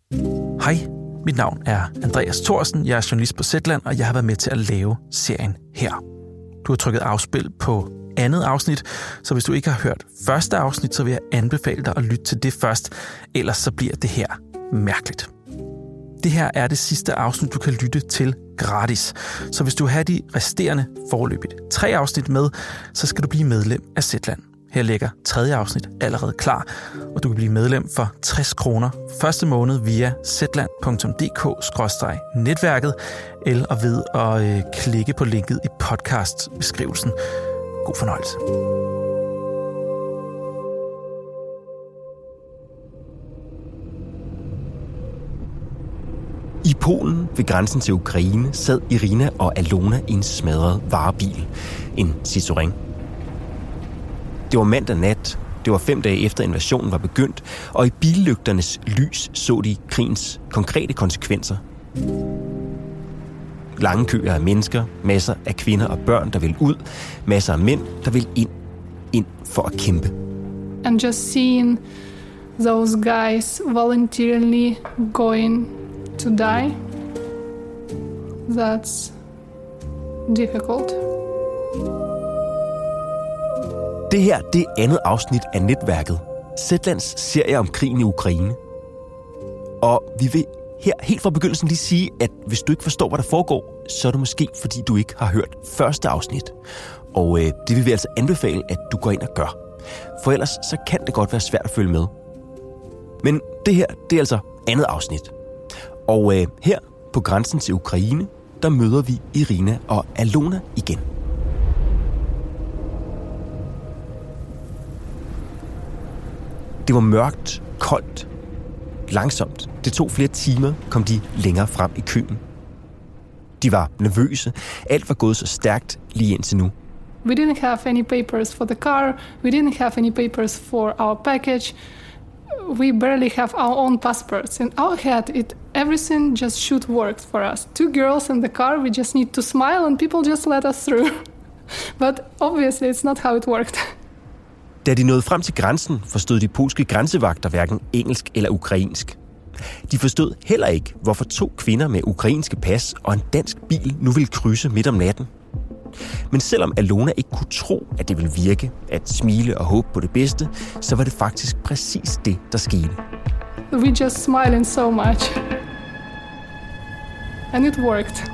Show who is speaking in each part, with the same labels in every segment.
Speaker 1: Hej, mit navn er Andreas Thorsen. Jeg er journalist på Zetland, og jeg har været med til at lave serien her. Du har trykket afspil på andet afsnit, så hvis du ikke har hørt første afsnit, så vil jeg anbefale dig at lytte til det først, ellers så bliver det her mærkeligt. Det her er det sidste afsnit, du kan lytte til gratis. Så hvis du vil have de resterende foreløbigt 3 afsnit med, så skal du blive medlem af Zetland. Her ligger 3. afsnit allerede klar, og du kan blive medlem for 60 kroner første måned via zetland.dk/netværket, eller ved at klikke på linket i podcastbeskrivelsen. God fornøjelse.
Speaker 2: I Polen ved grænsen til Ukraine sad Irina og Alona i en smadret varebil, en Citroën. Det var mandag nat, det var 5 dage efter invasionen var begyndt, og i billygternes lys så de krigens konkrete konsekvenser. Lange køer af mennesker, masser af kvinder og børn, der vil ud, masser af mænd, der vil ind for at kæmpe.
Speaker 3: And just seeing those guys voluntarily going to die, that's difficult.
Speaker 2: Det her, det er andet afsnit af Netværket, Zetlands serie om krigen i Ukraine. Og vi vil her helt fra begyndelsen lige sige, at hvis du ikke forstår, hvad der foregår, så er det måske, fordi du ikke har hørt første afsnit. Og det vil vi altså anbefale, at du går ind og gør. For ellers så kan det godt være svært at følge med. Men det her, det er altså andet afsnit. Og her på grænsen til Ukraine, der møder vi Irina og Alona igen. Det var mørkt, koldt, langsomt. Det tog flere timer, kom de længere frem i køen. De var nervøse. Alt var gået så stærkt lige indtil nu.
Speaker 3: We didn't have any papers for the car. We didn't have any papers for our package. We barely have our own passports. In our head, everything just should work for us. 2 girls in the car, we just need to smile and people just let us through. But obviously, it's not how it worked.
Speaker 2: Da de nåede frem til grænsen, forstod de polske grænsevagter hverken engelsk eller ukrainsk. De forstod heller ikke, hvorfor 2 kvinder med ukrainske pas og en dansk bil nu ville krydse midt om natten. Men selvom Alona ikke kunne tro, at det ville virke, at smile og håbe på det bedste, så var det faktisk præcis det, der skete.
Speaker 3: We just smiling so much. And it worked.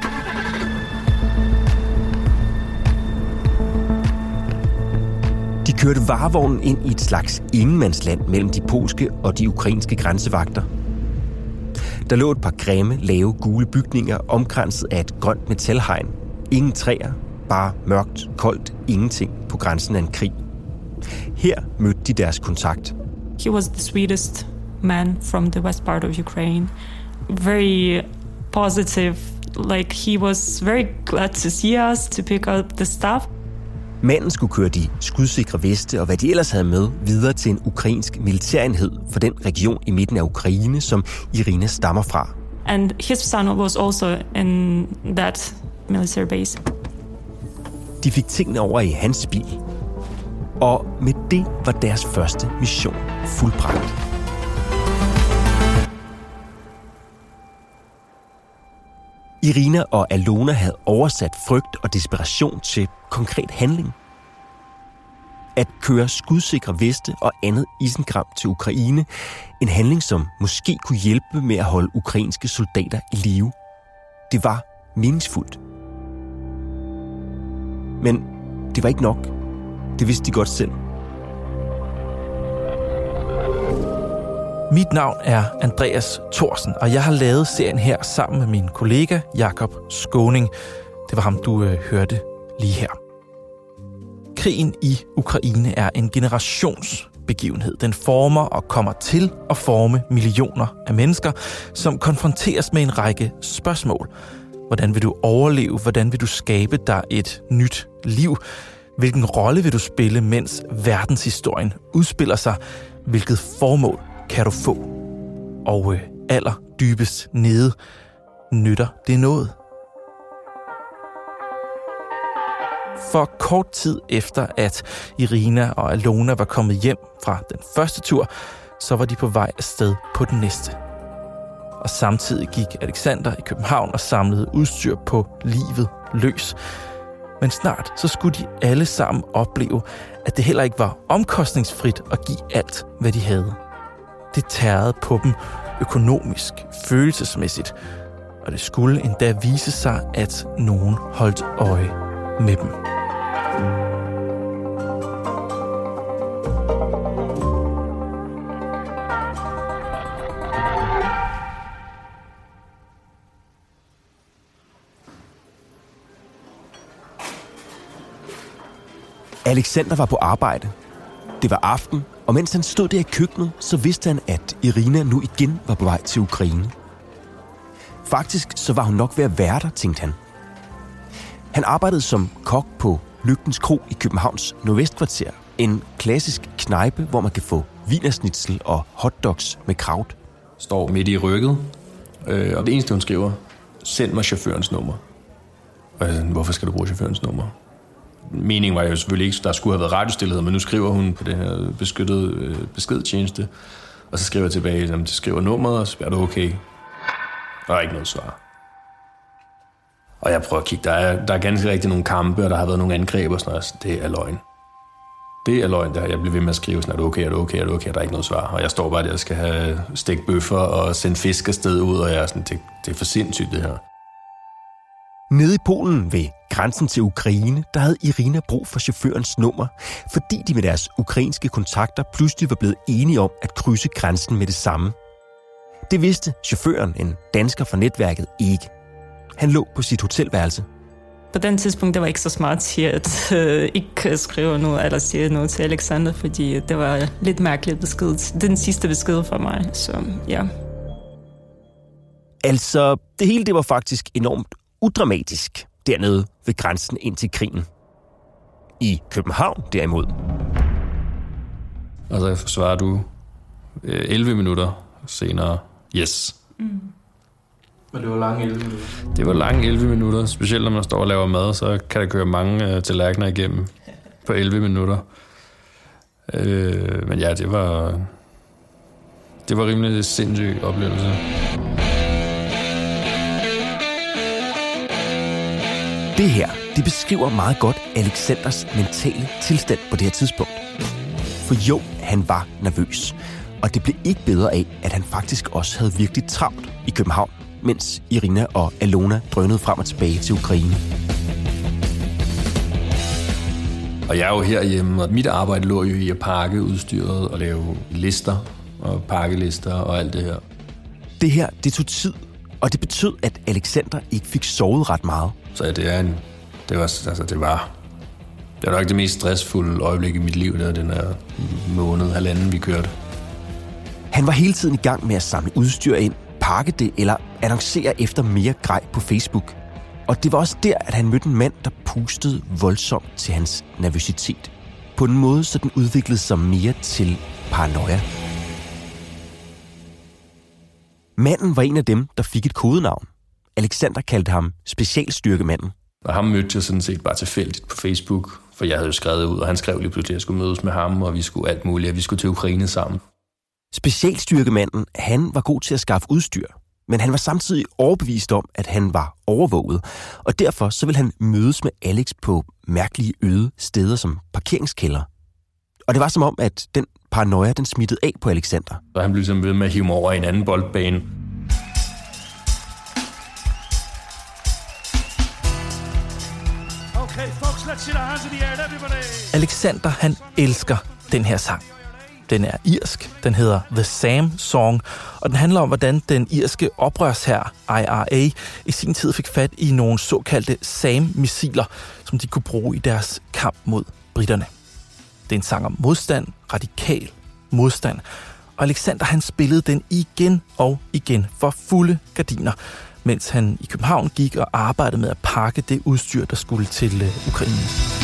Speaker 2: De kørte varevognen ind i et slags ingenmandsland mellem de polske og de ukrainske grænsevagter. Der lå et par grimme, lave, gule bygninger omkranset af et grønt metalhegn. Ingen træer, bare mørkt, koldt, ingenting på grænsen af en krig. Her mødte de deres kontakt.
Speaker 4: He was the sweetest man from the west part of Ukraine. Very positive, like he was very glad to see us, to pick up the stuff.
Speaker 2: Manden skulle køre de skudsikre veste og hvad de ellers havde med videre til en ukrainsk militærenhed for den region i midten af Ukraine, som Irina stammer fra.
Speaker 4: And his son was also in that military base.
Speaker 2: De fik tingene over i hans bil. Og med det var deres første mission fuldbragt. Irina og Alona havde oversat frygt og desperation til konkret handling. At køre skudsikre veste og andet isenkram til Ukraine, en handling, som måske kunne hjælpe med at holde ukrainske soldater i live. Det var meningsfuldt. Men det var ikke nok. Det vidste de godt selv.
Speaker 1: Mit navn er Andreas Thorsen, og jeg har lavet serien her sammen med min kollega Jakob Skåning. Det var ham, du hørte lige her. Krigen i Ukraine er en generationsbegivenhed. Den former og kommer til at forme millioner af mennesker, som konfronteres med en række spørgsmål. Hvordan vil du overleve? Hvordan vil du skabe dig et nyt liv? Hvilken rolle vil du spille, mens verdenshistorien udspiller sig? Hvilket formål kan du få? Og allerdybest nede, nytter det noget? For kort tid efter, at Irina og Alona var kommet hjem fra den første tur, så var de på vej afsted på den næste. og samtidig gik Alexander i København og samlede udstyr på livet løs. Men snart så skulle de alle sammen opleve, at det heller ikke var omkostningsfrit at give alt, hvad de havde. Det tærede på dem økonomisk, følelsesmæssigt, og det skulle endda vise sig, at nogen holdt øje med dem.
Speaker 2: Alexander var på arbejde. Det var aften, og mens han stod der i køkkenet, så vidste han, at Irina nu igen var på vej til Ukraine. Faktisk så var hun nok ved at være der, tænkte han. Han arbejdede som kok på Lygtens Kro i Københavns Nordvestkvarter. En klassisk knejpe, hvor man kan få wienerschnitzel og hotdogs med kraut.
Speaker 5: Står midt i rykket, og det eneste, hun skriver, send mig chaufførens nummer. Og jeg sagde, hvorfor skal du bruge chaufførens nummer? Meningen var jo selvfølgelig ikke, der skulle have været radiostillhed, men nu skriver hun på det her beskyttede beskedtjeneste, og så skriver jeg tilbage, at de skriver nummeret, og så er det okay. Der er ikke noget svar. Og jeg prøver at kigge, der er ganske rigtig nogle kampe, og der har været nogle angreb og sådan noget. Det er løgn. Det er løgn, der jeg bliver ved med at skrive sådan, er det okay, der er ikke noget svar. Og jeg står bare der og skal have stegt bøffer og sende fisk afsted ud, og jeg er sådan, det er for sindssygt det her.
Speaker 2: Nede i Polen ved grænsen til Ukraine, der havde Irina brug for chaufførens nummer, fordi de med deres ukrainske kontakter pludselig var blevet enige om at krydse grænsen med det samme. Det vidste chaufføren, en dansker fra netværket, ikke. Han lå på sit hotelværelse.
Speaker 4: På den tidspunkt, det var ikke så smart til at ikke skrive noget eller sige noget til Alexander, fordi det var lidt mærkeligt besked. Den sidste besked fra mig, så ja.
Speaker 2: Altså, det hele det var faktisk enormt udramatisk dernede ved grænsen ind til krigen. I København derimod.
Speaker 5: Og så svarer du 11 minutter senere, yes.
Speaker 1: Mm. Men det var lange 11 minutter?
Speaker 5: Det var lange 11 minutter. Specielt når man står og laver mad, så kan der køre mange tallerkener igennem på 11 minutter. Men ja, det var rimelig sindssyg oplevelse.
Speaker 2: Det her, det beskriver meget godt Alexanders mentale tilstand på det her tidspunkt. For jo, han var nervøs. Og det blev ikke bedre af, at han faktisk også havde virkelig travlt i København, mens Irina og Alona drønede frem og tilbage til Ukraine.
Speaker 5: Og jeg er jo herhjemme, og mit arbejde lå jo i at pakke udstyret og lave lister og pakkelister og alt det her.
Speaker 2: Det her, det tog tid, og det betød, at Alexander ikke fik sovet ret meget.
Speaker 5: Så det var nok det mest stressfulde øjeblik i mit liv, der den her måned, halvanden, vi kørte.
Speaker 2: Han var hele tiden i gang med at samle udstyr ind, pakke det eller annoncere efter mere grej på Facebook. Og det var også der, at han mødte en mand, der pustede voldsomt til hans nervøsitet. På en måde, så den udviklede sig mere til paranoia. Manden var en af dem, der fik et kodenavn. Alexander kaldte ham specialstyrkemanden.
Speaker 5: Og ham mødte jeg sådan set bare tilfældigt på Facebook, for jeg havde jo skrevet ud, og han skrev lige pludselig, at jeg skulle mødes med ham, og vi skulle alt muligt, og vi skulle til Ukraine sammen.
Speaker 2: Specialstyrkemanden, han var god til at skaffe udstyr, men han var samtidig overbevist om, at han var overvåget, og derfor så ville han mødes med Alex på mærkelige øde steder som parkeringskælder. Og det var som om, at den paranoia, den smittede af på Alexander.
Speaker 5: Så han blev simpelthen ved med at hive mig over i en anden boldbane.
Speaker 1: Okay, folks, let's see the hands in the air, everybody. Alexander, han elsker den her sang. Den er irsk, den hedder The Sam Song, og den handler om, hvordan den irske oprørshær IRA i sin tid fik fat i nogle såkaldte SAM-missiler, som de kunne bruge i deres kamp mod britterne. Det er en sang om modstand, radikal modstand, og Alexander han spillede den igen og igen for fulde gardiner, mens han i København gik og arbejdede med at pakke det udstyr, der skulle til Ukraine.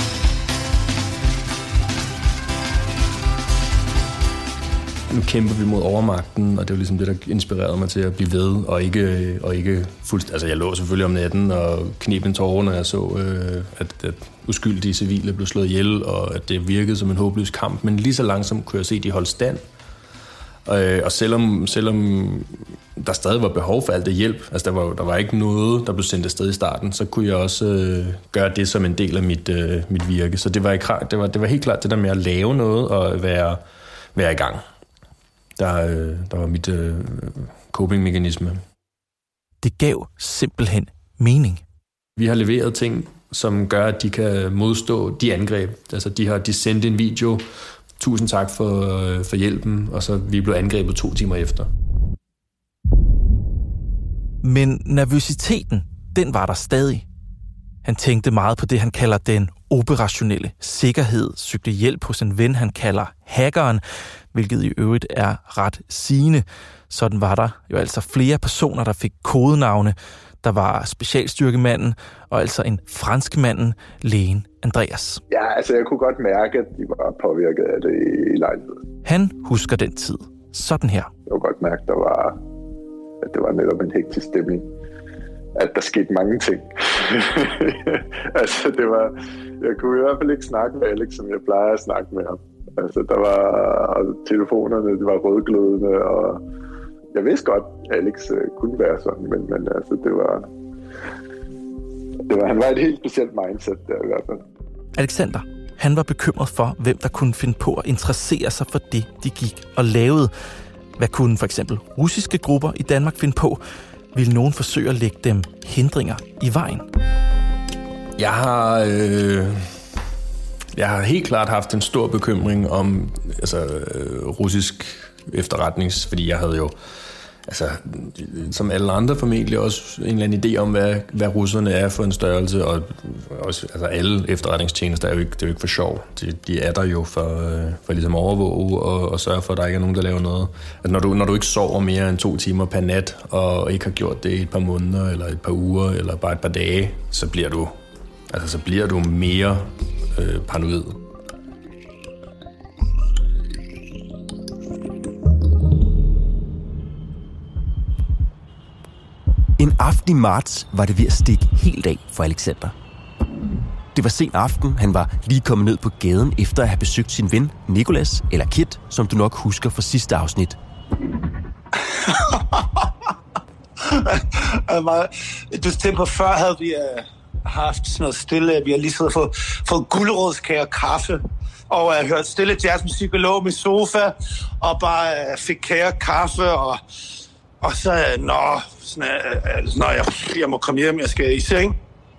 Speaker 5: Nu kæmper vi mod overmagten, og det var ligesom det, der inspirerede mig til at blive ved, og ikke fuldstændig. Altså, jeg lå selvfølgelig om natten og kneb en tåre, når jeg så, at uskyldige civile blev slået ihjel, og at det virkede som en håbløs kamp. Men lige så langsomt kunne jeg se, at de holdt stand. Og selvom der stadig var behov for alt det hjælp, altså der var ikke noget, der blev sendt afsted i starten, så kunne jeg også gøre det som en del af mit virke. Så det var helt klart det der med at lave noget og være i gang. Der var mit coping-mekanisme.
Speaker 1: Det gav simpelthen mening.
Speaker 5: Vi har leveret ting, som gør, at de kan modstå de angreb. Altså de sendte en video, tusind tak for hjælpen, og så vi blev angrebet 2 timer efter.
Speaker 1: Men nervøsiteten, den var der stadig. Han tænkte meget på det, han kalder den operationelle sikkerhed, søgte hjælp hos en ven, han kalder hackeren, hvilket i øvrigt er ret sigende. Sådan var der jo altså flere personer, der fik kodenavne. Der var specialstyrkemanden og altså en franskmanden, lægen Andreas.
Speaker 6: Ja, altså jeg kunne godt mærke, at de var påvirket af det i lejligheden.
Speaker 1: Han husker den tid sådan her.
Speaker 6: Jeg kunne godt mærke, at det var netop en hektisk stemning. At der skete mange ting. Altså jeg kunne i hvert fald ikke snakke med Alex, som jeg plejer at snakke med ham. Altså telefonerne, de var rødglødende, og jeg vidste godt, at Alex kunne være sådan, men altså han var et helt specielt mindset der i hvert fald.
Speaker 1: Alexander, han var bekymret for, hvem der kunne finde på at interessere sig for det, de gik og lavede. Hvad kunne for eksempel russiske grupper i Danmark finde på? Ville nogen forsøge at lægge dem hindringer i vejen?
Speaker 5: Jeg har helt klart haft en stor bekymring om russisk efterretnings, fordi jeg havde jo, som alle andre formentlig, også en eller anden idé om, hvad russerne er for en størrelse, og også, alle efterretningstjenester er jo ikke for sjov. De er der jo for ligesom overvåge og sørge for, at der ikke er nogen, der laver noget. Altså, når du ikke sover mere end 2 timer per nat, og ikke har gjort det i et par måneder, eller et par uger, eller bare et par dage, så bliver du mere paranoid.
Speaker 2: En aften i marts var det ved at stikke helt af for Alexander. Det var sent aften, han var lige kommet ned på gaden efter at have besøgt sin ven Nicolas, eller Kit, som du nok husker fra sidste afsnit.
Speaker 7: Du tænker på, før havde vi haft sådan noget stille. Vi har lige siddet og fået gulerodskage og kaffe, og jeg hørt stille jazzmusik og lå med sofa, og bare fik kage og kaffe, og så, jeg må komme hjem, jeg skal i seng.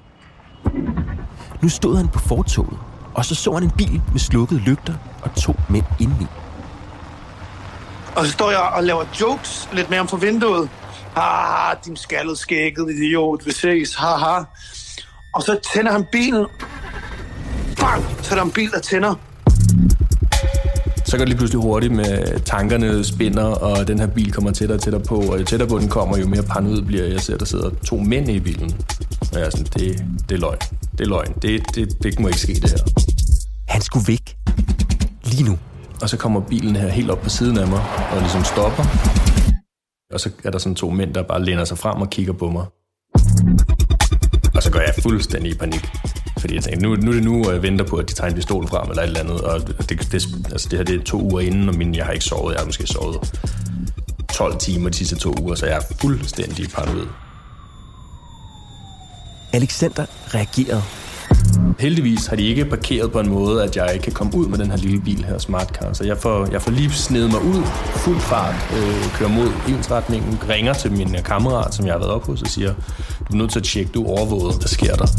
Speaker 2: Nu stod han på fortovet, og så han en bil med slukkede lygter og 2 mænd indeni.
Speaker 7: Og så står jeg og laver jokes lidt mere om for vinduet. Din skaldede skægget idiot, vi ses, haha. Og så tænder han bilen. Bang! Så er der en bil, der tænder.
Speaker 5: Så går det lige pludselig hurtigt med tankerne spinder, og den her bil kommer tættere og tættere på, og jo tættere på den kommer, jo mere paranoid bliver jeg. Ser, der sidder 2 mænd i bilen. Og jeg er sådan, det er løgn. Det er løgn. Det må ikke ske, det her.
Speaker 2: Han skulle væk. Lige nu.
Speaker 5: Og så kommer bilen her helt op på siden af mig, og ligesom stopper. Og så er der sådan 2 mænd, der bare læner sig frem og kigger på mig. Og så går jeg fuldstændig i panik. Fordi jeg tænker, nu er det nu, og jeg venter på, at de tager en pistol frem eller et eller andet. Og det her det er 2 uger inden, og jeg har ikke sovet. Jeg har måske sovet 12 timer de sidste 2 uger, så jeg er fuldstændig paranoid.
Speaker 2: Alexander reagerede.
Speaker 5: Heldigvis har de ikke parkeret på en måde, at jeg kan komme ud med den her lille bil her, smartcar. Så jeg får lige snedet mig ud, fuld fart, kører mod ensretningen, ringer til min kammerat, som jeg har været op hos, og siger, du er nødt til at tjekke, du er overvåget. Hvad sker der?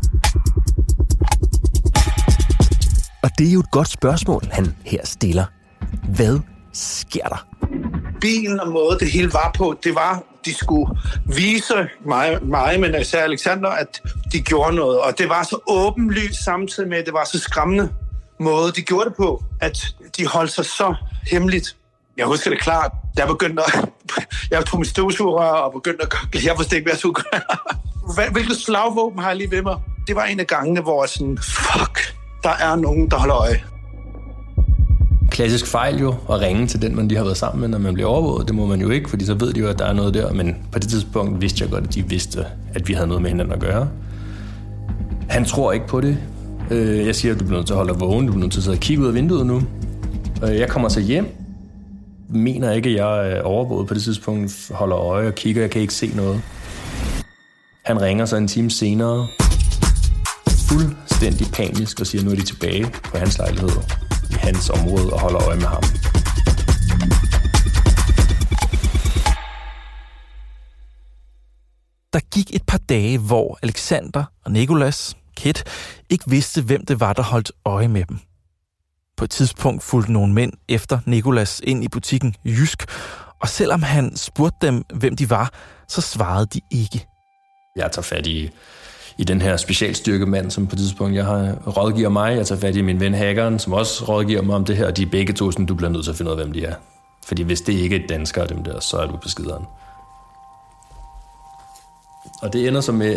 Speaker 2: Og det er jo et godt spørgsmål, han her stiller. Hvad sker der?
Speaker 7: Bilen og måde, det hele var på, det var, de skulle vise mig, men især Alexander, at de gjorde noget. Og det var så åbenlyst samtidig med, at det var så skræmmende måde, de gjorde det på, at de holdt sig så hemmeligt. Jeg husker det klart, da jeg begyndte jeg tog mit støvsugerrør og begyndte at jeg forstod ikke, hvad jeg skulle gøre. Hvilket slagvåben har jeg lige ved mig? Det var en af gangene, hvor jeg sådan, fuck, der er nogen, der holder øje.
Speaker 5: Klassisk fejl jo, at ringe til den, man lige har været sammen med, når man bliver overvåget. Det må man jo ikke, fordi så ved de jo, at der er noget der. Men på det tidspunkt vidste jeg godt, at de vidste, at vi havde noget med hinanden at gøre. Han tror ikke på det. Jeg siger, at du bliver nødt til at holde dig vågen. Du bliver nødt til at sidde og kigge ud af vinduet nu. Jeg kommer så hjem. mener ikke, at jeg er overvåget på det tidspunkt, holder øje og kigger, jeg kan ikke se noget. Han ringer så en time senere, fuldstændig panisk, og siger, nu er de tilbage på hans lejlighed i hans område og holder øje med ham.
Speaker 1: Der gik et par dage, hvor Alexander og Nicholas, Kit, ikke vidste, hvem det var, der holdt øje med dem. På et tidspunkt fulgte nogle mænd efter Nicholas ind i butikken Jysk, og selvom han spurgte dem, hvem de var, så svarede de ikke.
Speaker 5: Jeg tager fat i den her specialstyrkemand, som på et tidspunkt jeg har rådgiver mig. Jeg tager fat i min ven hackeren, som også rådgiver mig om det her, og de er begge to sådan, du bliver nødt til at finde ud af, hvem de er. Fordi hvis det ikke er danskere dem der, så er du på skideren. Og det ender så med,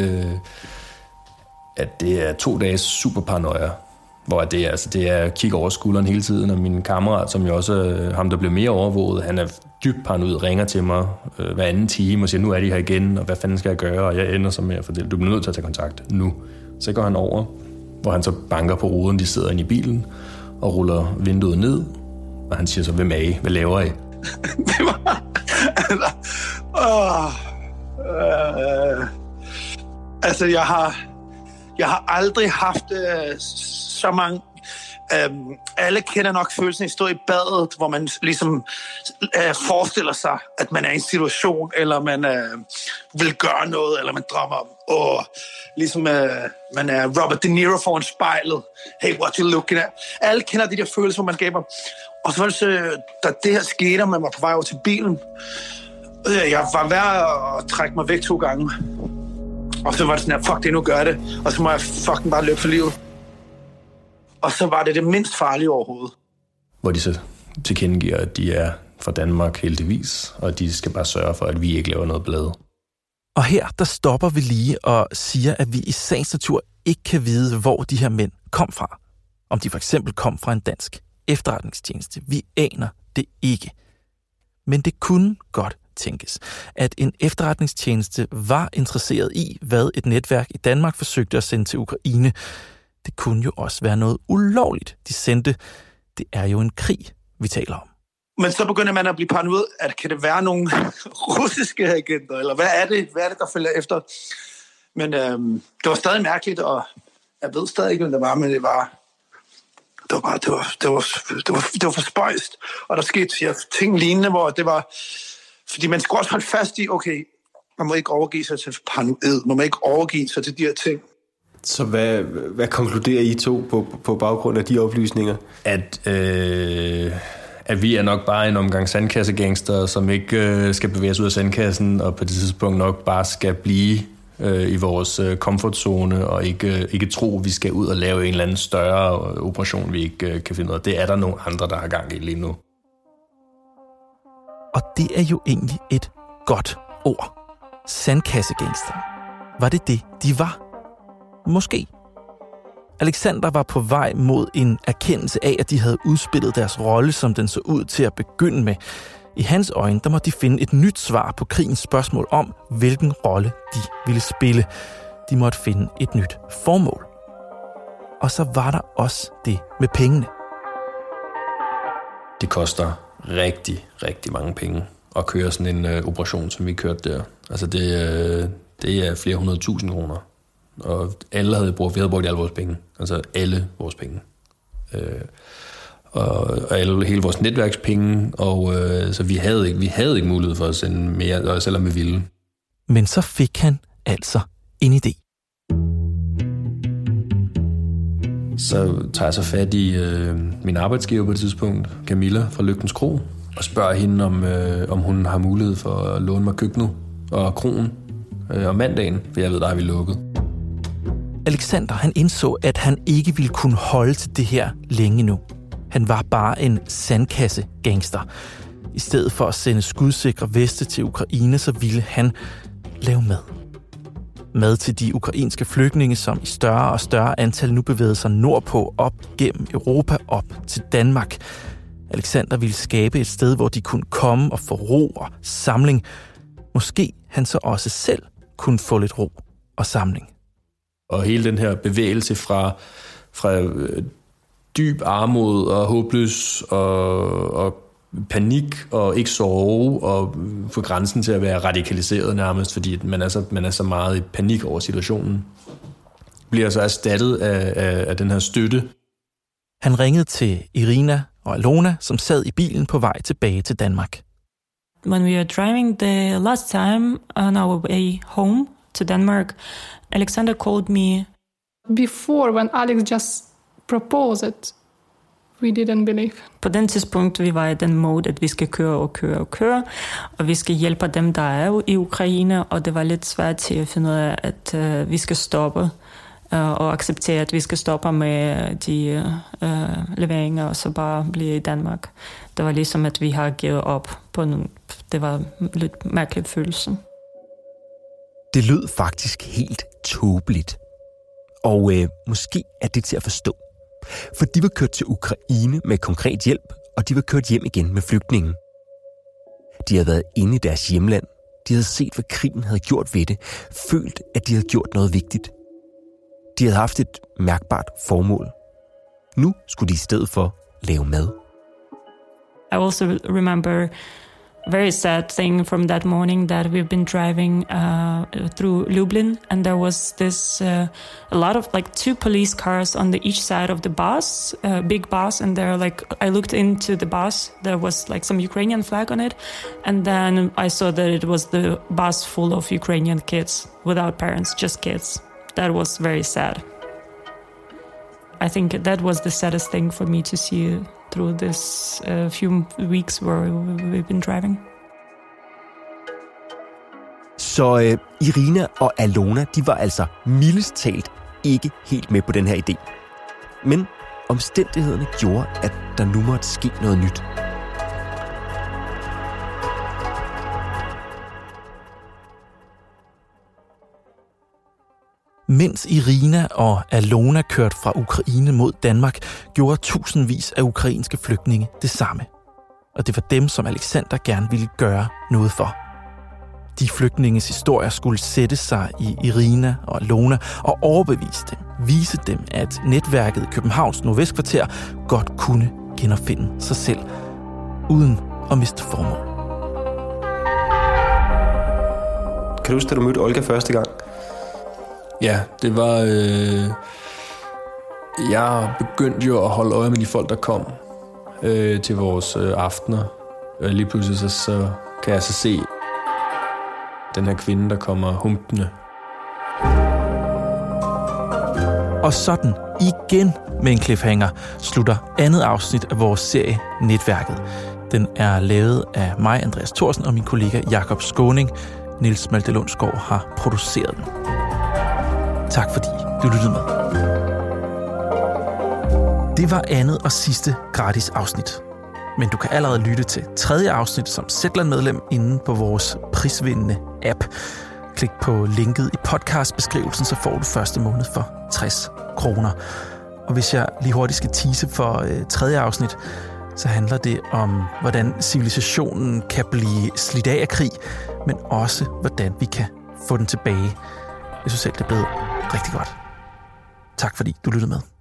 Speaker 5: at det er 2 dages superparanoia, hvor det er at kigge over skulderen hele tiden, og min kammerat, som jo også ham, der blev mere overvåget, han er dybt paranoid, ringer til mig hver anden time og siger, nu er de her igen, og hvad fanden skal jeg gøre? Og jeg ender så med at fortælle, du bliver nødt til at tage kontakt nu. Så går han over, hvor han så banker på ruden, de sidder inde i bilen, og ruller vinduet ned, og han siger så, hvem er I? Hvad laver I?
Speaker 7: Det var... Altså, jeg har aldrig haft så mange... alle kender nok følelsen af at stå i badet, hvor man ligesom forestiller sig, at man er i en situation, eller man vil gøre noget, eller man drømmer om, ligesom man er Robert De Niro foran spejlet. Hey, what you looking at? Alle kender de der følelser, hvor man skaber. Og så var det, da det her skete, og man var på vej over til bilen, jeg var ved at trække mig væk 2 gange. Og så var det sådan her, fuck det, nu gør det. Og så må jeg fucking bare løbe for livet. Og så var det mindst farlige overhovedet.
Speaker 5: Hvor de så tilkendegiver, at de er fra Danmark heldigvis, og de skal bare sørge for, at vi ikke laver noget blade.
Speaker 1: Og her, der stopper vi lige og siger, at vi i sagens natur ikke kan vide, hvor de her mænd kom fra. Om de for eksempel kom fra en dansk efterretningstjeneste. Vi aner det ikke. Men det kunne godt tænkes, at en efterretningstjeneste var interesseret i, hvad et netværk i Danmark forsøgte at sende til Ukraine. Det kunne jo også være noget ulovligt, de sendte. Det er jo en krig, vi taler om.
Speaker 7: Men så begynder man at blive paranoid, at kan det være nogle russiske agenter, eller hvad er det, der følger efter? Men det var stadig mærkeligt, og jeg ved stadig ikke, hvem det var, men det var for spøjst. Og der skete ting lignende, hvor det var... Fordi man skal også holde fast i, okay, man må ikke overgive sig til paranoid, man må ikke overgive sig til de her ting.
Speaker 2: Så hvad konkluderer I to på baggrund af de oplysninger?
Speaker 5: At vi er nok bare en omgang sandkassegangster, som ikke skal bevæge sig ud af sandkassen, og på det tidspunkt nok bare skal blive i vores komfortzone, og ikke tro, at vi skal ud og lave en eller anden større operation, vi ikke kan finde ud af. Det er der nogle andre, der har gang i lige nu.
Speaker 1: Og det er jo egentlig et godt ord. Sandkassegangster. Var det det, de var? Måske. Alexander var på vej mod en erkendelse af, at de havde udspillet deres rolle, som den så ud til at begynde med. I hans øjne, der måtte de finde et nyt svar på krigens spørgsmål om, hvilken rolle de ville spille. De måtte finde et nyt formål. Og så var der også det med pengene.
Speaker 5: Det koster rigtig, rigtig mange penge at køre sådan en operation, som vi kørte der. Altså det er flere 100.000 kroner. Og vi havde brugt alle vores penge. Altså alle vores penge. Og hele vores netværkspenge. Og så vi havde ikke mulighed for at sende mere, selvom vi ville.
Speaker 1: Men så fik han altså en idé.
Speaker 5: Så tager jeg så fat i min arbejdsgiver på det tidspunkt, Camilla fra Lygtens Kro, og spørger hende, om hun har mulighed for at låne mig køkkenet og kroen om mandagen, for jeg ved, der er vi lukket.
Speaker 1: Alexander, han indså, at han ikke ville kunne holde til det her længe nu. Han var bare en sandkasse-gangster. I stedet for at sende skudsikre veste til Ukraine, så ville han lave mad. Mad til de ukrainske flygtninge, som i større og større antal nu bevægede sig nordpå, op gennem Europa, op til Danmark. Alexander ville skabe et sted, hvor de kunne komme og få ro og samling. Måske han så også selv kunne få lidt ro og samling.
Speaker 5: Og hele den her bevægelse fra dyb armod og håbløs og panik og ikke sove og få grænsen til at være radikaliseret nærmest, fordi man er så meget i panik over situationen. Bliver så erstattet af den her støtte.
Speaker 1: Han ringede til Irina og Alona, som sad i bilen på vej tilbage til Danmark.
Speaker 4: When we were driving the last time on our way home to Denmark, Alexander called me.
Speaker 3: Before, when Alex just proposed it, we didn't believe.
Speaker 4: På den tidspunkt, vi var i den mode, at vi skal køre, og vi skal hjælpe dem, der er i Ukraine, og det var lidt svært til at finde ud af, at vi skal stoppe og acceptere, at vi skal stoppe med de leveringer, og så bare blive i Danmark. Det var ligesom, at vi har givet op på nogle. Det var en lidt mærkelig følelse.
Speaker 2: Det lød faktisk helt tåbeligt. Og måske er det til at forstå. For de var kørt til Ukraine med konkret hjælp, og de var kørt hjem igen med flygtningen. De havde været inde i deres hjemland. De havde set, hvad krigen havde gjort ved det. Følt, at de havde gjort noget vigtigt. De havde haft et mærkbart formål. Nu skulle de i stedet for lave mad.
Speaker 4: I also remember a very sad thing from that morning that we've been driving through Lublin, and there was this a lot of like 2 police cars on each side of the bus, big bus, and they're like, I looked into the bus, there was like some Ukrainian flag on it, and then I saw that it was the bus full of Ukrainian kids without parents, just kids. That was very sad. I think that was the saddest thing for me to see through this few weeks where we've been driving.
Speaker 2: Så Irina og Alona, de var altså mildest talt ikke helt med på den her idé. Men omstændighederne gjorde, at der nu måtte ske noget nyt.
Speaker 1: Mens Irina og Alona kørte fra Ukraine mod Danmark, gjorde tusindvis af ukrainske flygtninge det samme. Og det var dem, som Alexander gerne ville gøre noget for. De flygtninges historier skulle sætte sig i Irina og Alona og overbevise dem, vise dem, at netværket i Københavns Nordvestkvarter godt kunne genopfinde sig selv, uden at miste formål.
Speaker 2: Kan du huske, da du mødte Olga første gang?
Speaker 5: Ja, det var... Jeg begyndte jo at holde øje med de folk, der kom til vores aftener. Lige pludselig så kan jeg så se den her kvinde, der kommer humpende.
Speaker 1: Og sådan igen med en cliffhanger slutter andet afsnit af vores serie Netværket. Den er lavet af mig, Andreas Thorsen, og min kollega Jakob Skåning. Niels Malte Lundsgaard har produceret den. Tak fordi du lyttede med. Det var andet og sidste gratis afsnit. Men du kan allerede lytte til 3. afsnit som Zetland-medlem inde på vores prisvindende app. Klik på linket i podcastbeskrivelsen, så får du første måned for 60 kroner. Og hvis jeg lige hurtigt skal tease for 3. afsnit, så handler det om, hvordan civilisationen kan blive slidt af krig, men også hvordan vi kan få den tilbage. Jeg synes selv, det er blevet rigtig godt. Tak fordi du lyttede med.